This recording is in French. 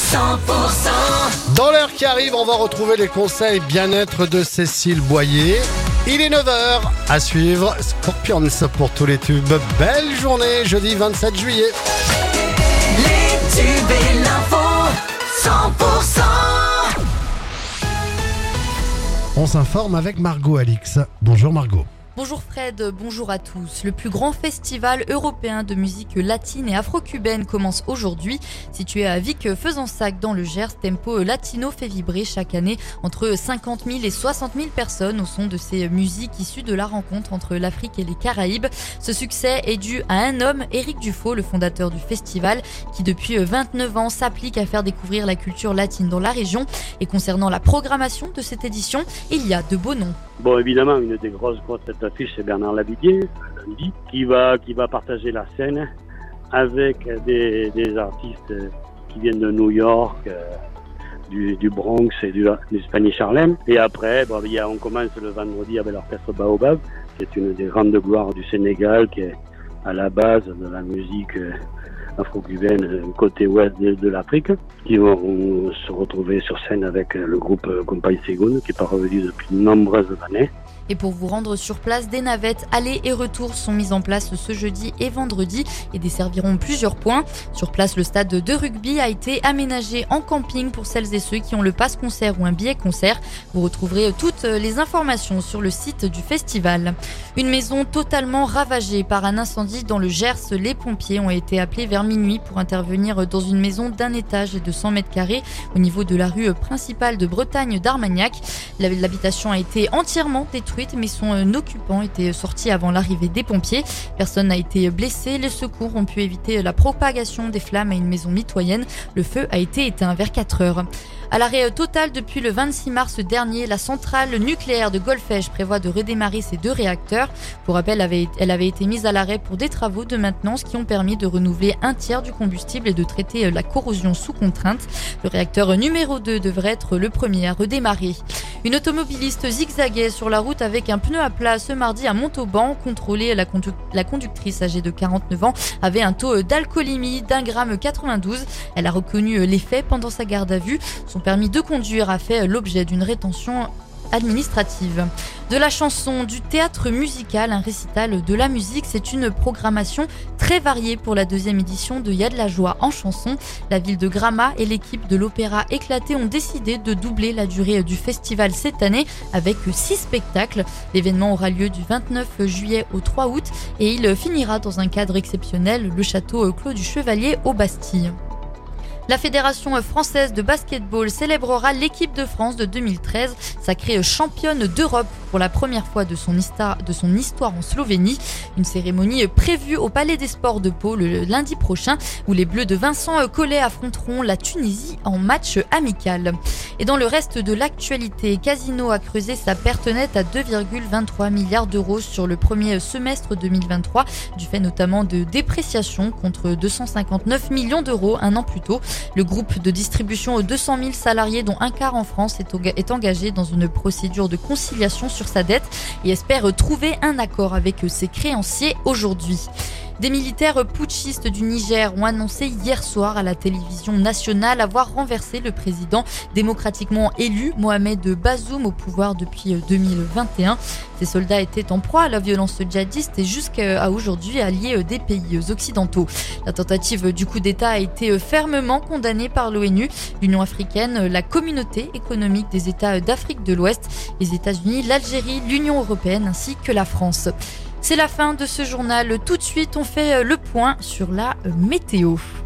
100%. Dans l'heure qui arrive, on va retrouver les conseils bien-être de Cécile Boyer. Il est 9h à suivre. Scorpions pour tous les tubes. Belle journée, jeudi 27 juillet. Les tubes et l'info, 100%. On s'informe avec Margot Alix. Bonjour Margot. Bonjour Fred, bonjour à tous. Le plus grand festival européen de musique latine et afro-cubaine commence aujourd'hui. Situé à Vic-Fezensac dans le Gers, Tempo Latino fait vibrer chaque année entre 50 000 et 60 000 personnes au son de ces musiques issues de la rencontre entre l'Afrique et les Caraïbes. Ce succès est dû à un homme, Éric Dufaux, le fondateur du festival, qui depuis 29 ans s'applique à faire découvrir la culture latine dans la région. Et concernant la programmation de cette édition, il y a de beaux noms. Bon, évidemment, une des grosses têtes d'affiche, c'est Bernard Lavilliers, lundi, qui va partager la scène avec des artistes qui viennent de New York, du Bronx et du Spanish Harlem. Et après, on commence le vendredi avec l'orchestre Baobab, qui est une des grandes gloires du Sénégal, qui est à la base de la musique afro-cubaine côté ouest de l'Afrique, qui vont se retrouver sur scène avec le groupe Compay Segoun, qui n'est pas revenu depuis de nombreuses années. Et pour vous rendre sur place, des navettes aller et retour sont mises en place ce jeudi et vendredi et desserviront plusieurs points. Sur place, le stade de rugby a été aménagé en camping pour celles et ceux qui ont le pass concert ou un billet concert. Vous retrouverez toutes les informations sur le site du festival. Une maison totalement ravagée par un incendie dans le Gers. Les pompiers ont été appelés vers minuit pour intervenir dans une maison d'un étage et de 100 mètres carrés au niveau de la rue principale de Bretagne d'Armagnac. L'habitation a été entièrement détruite, mais son occupant était sorti avant l'arrivée des pompiers. Personne n'a été blessé. Les secours ont pu éviter la propagation des flammes à une maison mitoyenne. Le feu a été éteint vers 4 heures. À l'arrêt total depuis le 26 mars dernier, la centrale nucléaire de Golfech prévoit de redémarrer ses 2 réacteurs. Pour rappel, elle avait été mise à l'arrêt pour des travaux de maintenance qui ont permis de renouveler un tiers du combustible et de traiter la corrosion sous contrainte. Le réacteur numéro 2 devrait être le premier à redémarrer. Une automobiliste zigzaguait sur la route avec un pneu à plat ce mardi à Montauban. Contrôlée, la conductrice âgée de 49 ans avait un taux d'alcoolémie d'1,92 g. Elle a reconnu les faits pendant sa garde à vue. Son permis de conduire a fait l'objet d'une rétention administrative. De la chanson, du théâtre musical, un récital de la musique, c'est une programmation très variée pour la 2e édition de Y'a de la joie en chanson. La ville de Gramma et l'équipe de l'Opéra Éclaté ont décidé de doubler la durée du festival cette année avec 6 spectacles. L'événement aura lieu du 29 juillet au 3 août et il finira dans un cadre exceptionnel, le château Clos du Chevalier aux Bastilles. La Fédération française de basketball célébrera l'équipe de France de 2013, sacrée championne d'Europe pour la première fois de son histoire en Slovénie. Une cérémonie prévue au Palais des Sports de Pau le lundi prochain, où les Bleus de Vincent Collet affronteront la Tunisie en match amical. Et dans le reste de l'actualité, Casino a creusé sa perte nette à 2,23 milliards d'euros sur le premier semestre 2023, du fait notamment de dépréciation contre 259 millions d'euros un an plus tôt. Le groupe de distribution aux 200 000 salariés, dont un quart en France, est engagé dans une procédure de conciliation sur sa dette et espère trouver un accord avec ses créanciers aujourd'hui. Des militaires putschistes du Niger ont annoncé hier soir à la télévision nationale avoir renversé le président démocratiquement élu Mohamed Bazoum au pouvoir depuis 2021. Ces soldats étaient en proie à la violence djihadiste et jusqu'à aujourd'hui alliés des pays occidentaux. La tentative du coup d'État a été fermement condamnée par l'ONU, l'Union africaine, la Communauté économique des États d'Afrique de l'Ouest, les États-Unis, l'Algérie, l'Union européenne ainsi que la France. C'est la fin de ce journal. Tout de suite, on fait le point sur la météo.